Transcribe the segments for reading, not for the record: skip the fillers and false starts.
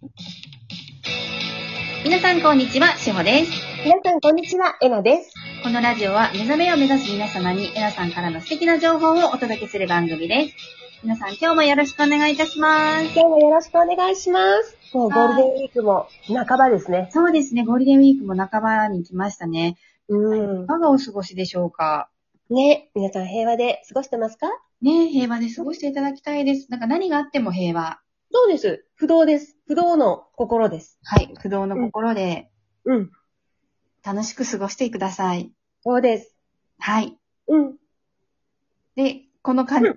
皆さんこんにちは、しほです。 皆さんこんにちは、えなです。 このラジオは目覚めを目指す皆様にえなさんからの素敵な情報をお届けする番組です。皆さん今日もよろしくお願いいたします。 今日もよろしくお願いします。もうゴールデンウィークも半ばですね。 そうですね、ゴールデンウィークも半ばに来ましたね。いかがお過ごしでしょうか？ ね、皆さん平和で過ごしてますか？ ね、平和で過ごしていただきたいです。なんか何があっても平和。 そうです。不動です。不動の心です。 はい、不動の心で楽しく過ごしてください。 そうです。 はい。 うん。 で、この感じ。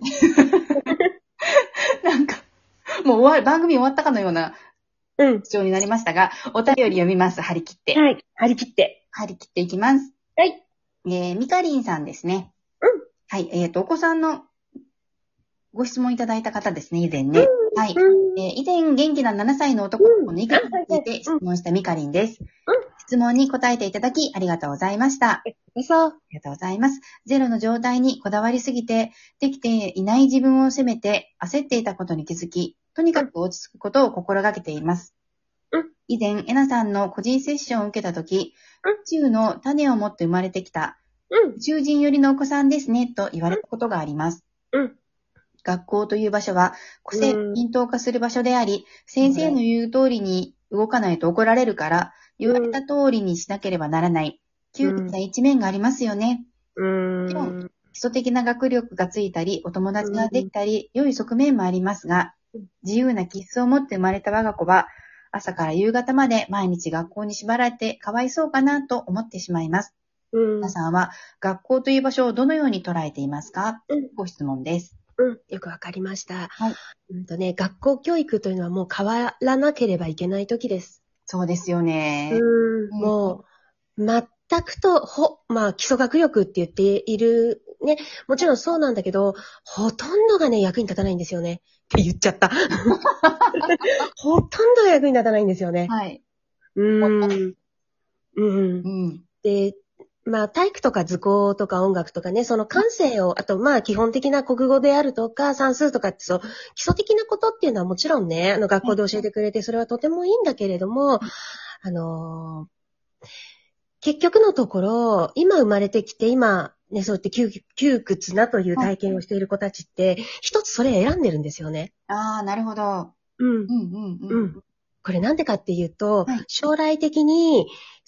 なんか、もう番組終わったかのような主張になりましたが、お便り読みます。張り切って。 はい。張り切って。 張り切っていきます。 はい。 みかりんさんですね。はい。お子さんのご質問いただいた方ですね、以前ね。はい。以前元気な7歳の男の子の意見について質問したみかりんです。質問に答えていただきありがとうございました。 ありがとうございます。ゼロの状態にこだわりすぎて、できていない自分を責めて焦っていたことに気づき、とにかく落ち着くことを心がけています。以前、えなさんの個人セッションを受けたとき、宇宙の種を持って生まれてきた、宇宙人寄りのお子さんですね、と言われたことがあります。学校という場所は個性を均等化する場所であり、先生の言う通りに動かないと怒られるから、言われた通りにしなければならない、窮屈な一面がありますよね。基礎的な学力がついたり、お友達ができたり、良い側面もありますが、自由な気質を持って生まれた我が子は、朝から夕方まで毎日学校に縛られてかわいそうかなと思ってしまいます。皆さんは学校という場所をどのように捉えていますか？ご質問です。 よくわかりました。 はい。 学校教育というのはもう変わらなければいけない時です。 そうですよね。 もう、全く基礎学力って言っている、ね、もちろんそうなんだけど、ほとんどがね、役に立たないんですよね。って言っちゃった。ほとんどが役に立たないんですよね。 はい。 で、体育とか図工とか音楽とかね、その感性を、あと基本的な国語であるとか算数とかって基礎的なことっていうのはもちろんね、学校で教えてくれてそれはとてもいいんだけれども、結局のところ、今生まれてきて、今、ね、そうやって窮屈なという体験をしている子たちって、一つそれ選んでるんですよね。 ああ、なるほど。 これなんでかっていうと、将来的に、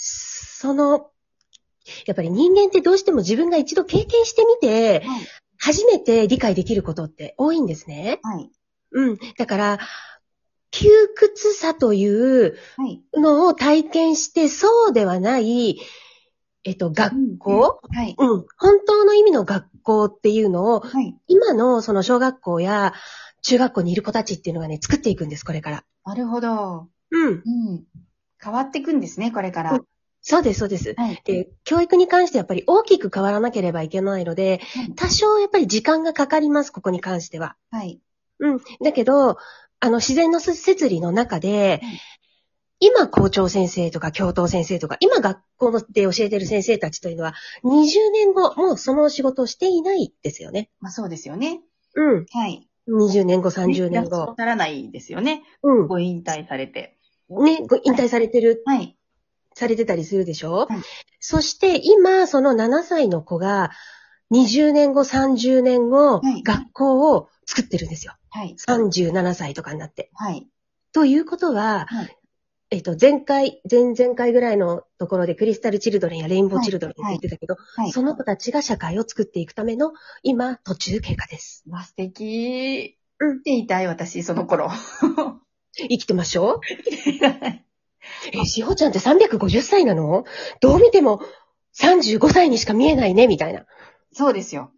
やっぱり人間ってどうしても自分が一度経験してみて、初めて理解できることって多いんですね。だから、窮屈さというのを体験して、そうではない、学校、本当の意味の学校っていうのを、今のその小学校や中学校にいる子たちっていうのがね、作っていくんです、これから。 なるほど。変わっていくんですね、これから。 そうです、そうです。で、教育に関してやっぱり大きく変わらなければいけないので、多少やっぱり時間がかかります、ここに関しては。だけど、自然の摂理の中で、今校長先生とか教頭先生とか、今学校で教えてる先生たちというのは、20年後、もうその仕事をしていないですよね。 そうですよね。 20年後、30年後。 ならないですよね。ご引退されて。 引退されてる。されてたりするでしょ？そして今、その7歳の子が、20年後、30年後、学校を作ってるんですよ。37歳とかになって。ということは、前々回ぐらいのところでクリスタルチルドレンやレインボーチルドレンって言ってたけど、その子たちが社会を作っていくための今、途中経過です。 素敵。って言いたい、私、その頃。 生きてましょう？しほちゃんって350歳なの？どう見ても35歳にしか見えないね、みたいな。 そうですよ。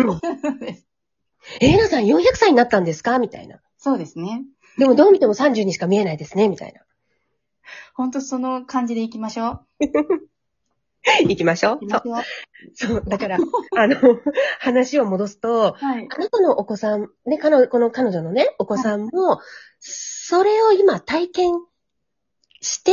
えなさん400歳になったんですか？みたいな。 そうですね。 でもどう見ても30にしか見えないですね、みたいな。 本当その感じでいきましょう。 行きましょう。そう。だから、話を戻すと、あなたのお子さん、ね、この彼女のね、お子さんも、それを今体験して、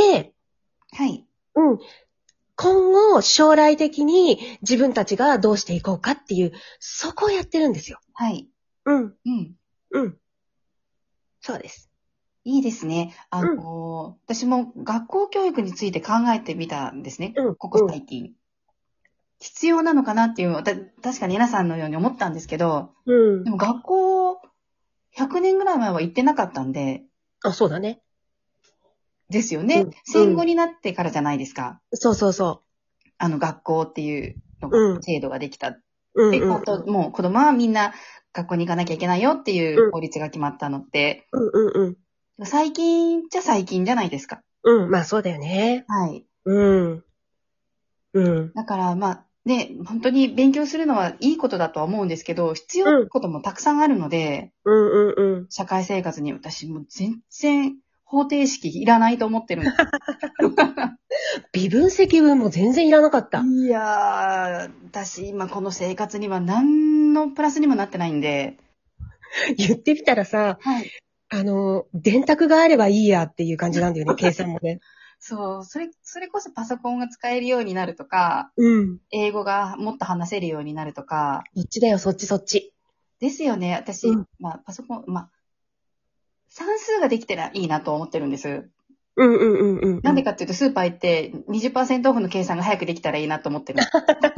今後、将来的に自分たちがどうしていこうかっていう、そこをやってるんですよ。そうです。 いいですね。私も学校教育について考えてみたんですね。ここ最近。必要なのかなっていうのは、確かに皆さんのように思ったんですけど、でも学校、100年ぐらい前は行ってなかったんで。 そうだね。 ですよね。戦後になってからじゃないですか。 そうそうそう。 学校っていうのが、制度ができた。で、もう子供はみんな学校に行かなきゃいけないよっていう法律が決まったのって、最近じゃないですか。 まあそうだよね。 はい。だからね、本当に勉強するのはいいことだとは思うんですけど、必要なこともたくさんあるので、社会生活に私も全然方程式いらないと思ってるんです。 微分積分も全然いらなかった。 いやー、私今この生活には何のプラスにもなってないんで。 言ってみたらさ、はい、電卓があればいいやっていう感じなんだよね、計算もね。 そう、それこそパソコンが使えるようになるとか、英語がもっと話せるようになるとか。 そっちだよ、そっち。 ですよね、私、パソコン、算数ができてらいいなと思ってるんです。なんでかっていうと、スーパー行って 20% オフの計算が早くできたらいいなと思ってる。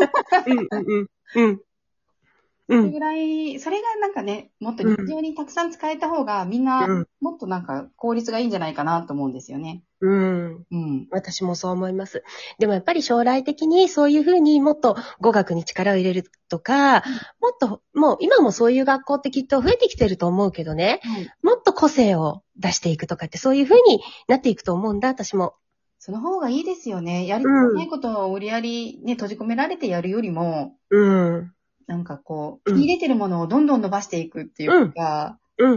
それぐらい、それがなんかね、もっと日常にたくさん使えた方が、みんな、もっとなんか効率がいいんじゃないかなと思うんですよね。 私もそう思います。でもやっぱり将来的にそういうふうにもっと語学に力を入れるとか、もっと、もう今もそういう学校ってきっと増えてきてると思うけどね、もっと個性を出していくとかってそういうふうになっていくと思うんだ、私も。 その方がいいですよね。やりたくないことを無理やりね、閉じ込められてやるよりも、なんかこう、入れてるものをどんどん伸ばしていくっていうか、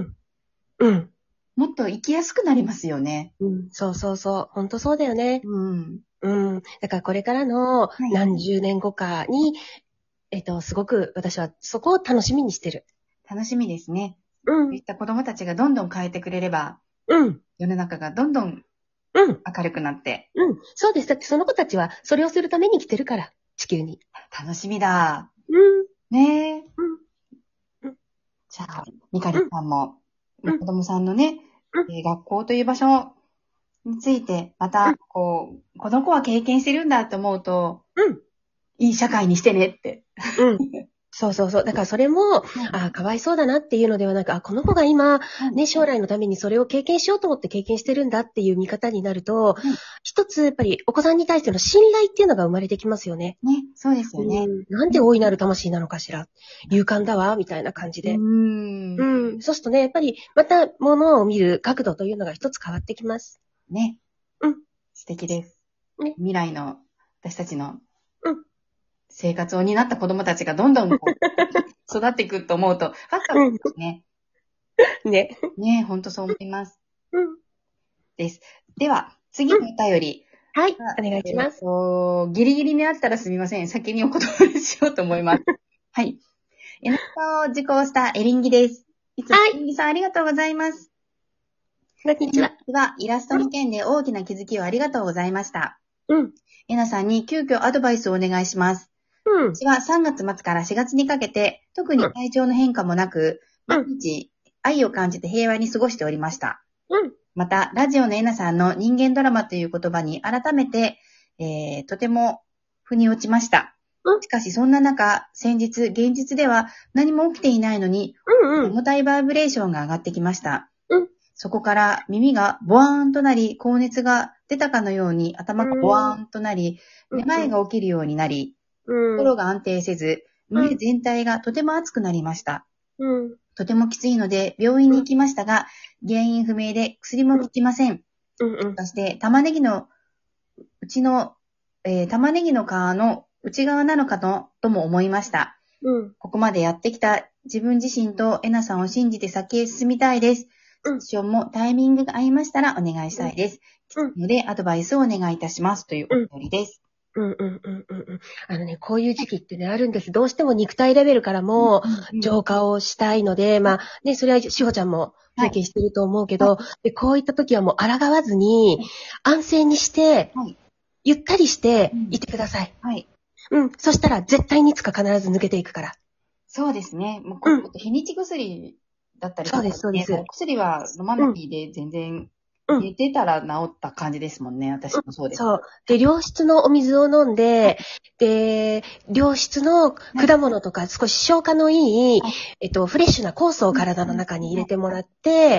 もっと生きやすくなりますよね。 そう。本当そうだよね。だからこれからの何十年後かに、すごく私はそこを楽しみにしてる。 楽しみですね。そういった子供たちがどんどん変えてくれれば、世の中がどんどん明るくなって。 そうです。だってその子たちはそれをするために来てるから、地球に。 楽しみだ。ねえ。じゃあ、みかりさんも、子供さんのね、学校という場所について、また、この子は経験してるんだって思うと、いい社会にしてねって。 そう。だからそれも、かわいそうだなっていうのではなく、この子が今、ね、将来のためにそれを経験しようと思って経験してるんだっていう見方になると、一つやっぱりお子さんに対しての信頼っていうのが生まれてきますよね。 ね、そうですよね。 なんで大いなる魂なのかしら。勇敢だわ、みたいな感じで。そうするとね、やっぱりまた物を見る角度というのが一つ変わってきます。 ね。素敵です。未来の私たちの生活を担った子供たちがどんどん育っていくと思うと、ワクワクですね。ね、ほんとそう思います。です。では、次のお便り。 はい、お願いします。 ギリギリになったらすみません。先にお断りしようと思います。はい。N スタを受講したエリンギです。いつもエリンギさんありがとうございます。 こんにちは。 イラストの件で大きな気づきをありがとうございました。エナさんに急遽アドバイスをお願いします。私は3月末から4月にかけて、特に体調の変化もなく、毎日愛を感じて平和に過ごしておりました。また、ラジオのエナさんの人間ドラマという言葉に改めて、とても腑に落ちました。しかしそんな中、現実では何も起きていないのに、重たいバイブレーションが上がってきました。そこから耳がボワーンとなり、高熱が出たかのように頭がボワーンとなり、めまいが起きるようになり、心が安定せず、胸全体がとても熱くなりました。とてもきついので病院に行きましたが、原因不明で薬も効きません。そして玉ねぎの皮の内側なのかとも思いました。ここまでやってきた自分自身とエナさんを信じて先へ進みたいです。セッションもタイミングが合いましたらお願いしたいです。のでアドバイスをお願いいたしますというお便りです。 こういう時期ってね、あるんです。どうしても肉体レベルからも浄化をしたいので、それはしほちゃんも経験してると思うけど、こういった時はもう抗わずに、安静にして、ゆったりしていてください。そしたら絶対にいつか必ず抜けていくから。 そうですね。もう日にち薬だったりそうです、そうです。 お薬は飲まないで全然、出てたら治った感じですもんね。私もそうです。 そう。で、良質のお水を飲んで、で、良質の果物とか少し消化のいい、フレッシュな酵素を体の中に入れてもらって、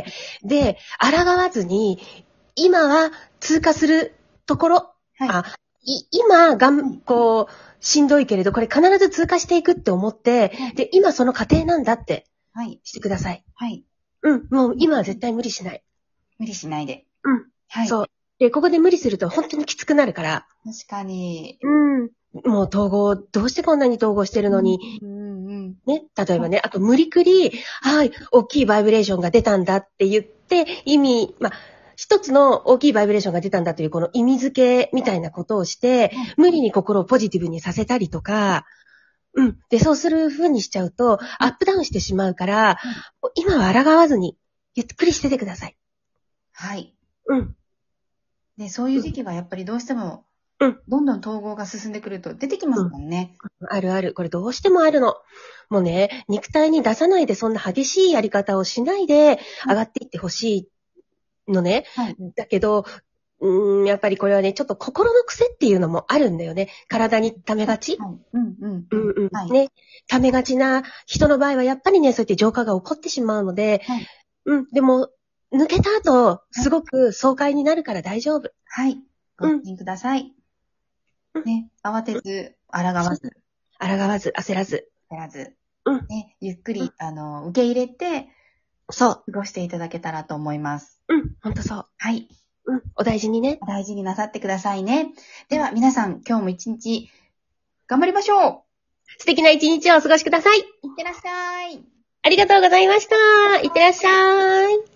で、抗わずに、今は通過するところ、今こう、しんどいけれど、これ必ず通過していくって思って、で、今その過程なんだってしてください。 はい。 もう今は絶対無理しない。 無理しないで。 はい。そう。で、ここで無理すると本当にきつくなるから。 確かに。 もう統合、どうしてこんなに統合してるのに。ね、例えばね、あと無理くり、はい、大きいバイブレーションが出たんだって言って、一つの大きいバイブレーションが出たんだというこの意味付けみたいなことをして、無理に心をポジティブにさせたりとか、で、そうする風にしちゃうと、アップダウンしてしまうから、今は抗わずに、ゆっくりしててください。 はい。で、そういう時期はやっぱりどうしても、どんどん統合が進んでくると出てきますもんね。 あるある。これどうしてもあるの。もうね、肉体に出さないでそんな激しいやり方をしないで上がっていってほしいのね。だけど、やっぱりこれはね、ちょっと心の癖っていうのもあるんだよね。体に溜めがち。ね。溜めがちな人の場合はやっぱりね、そうやって浄化が起こってしまうので、でも、抜けた後、すごく爽快になるから大丈夫。 はい。ご安心ください。ね、慌てず、抗わず。 抗わず、焦らず。 ね、ゆっくり、受け入れて、過ごしていただけたらと思います。 ほんとそう。 はい。 お大事にね。 お大事になさってくださいね。では、皆さん、今日も一日、頑張りましょう。 素敵な一日をお過ごしください。いってらっしゃい。 ありがとうございました。いってらっしゃい。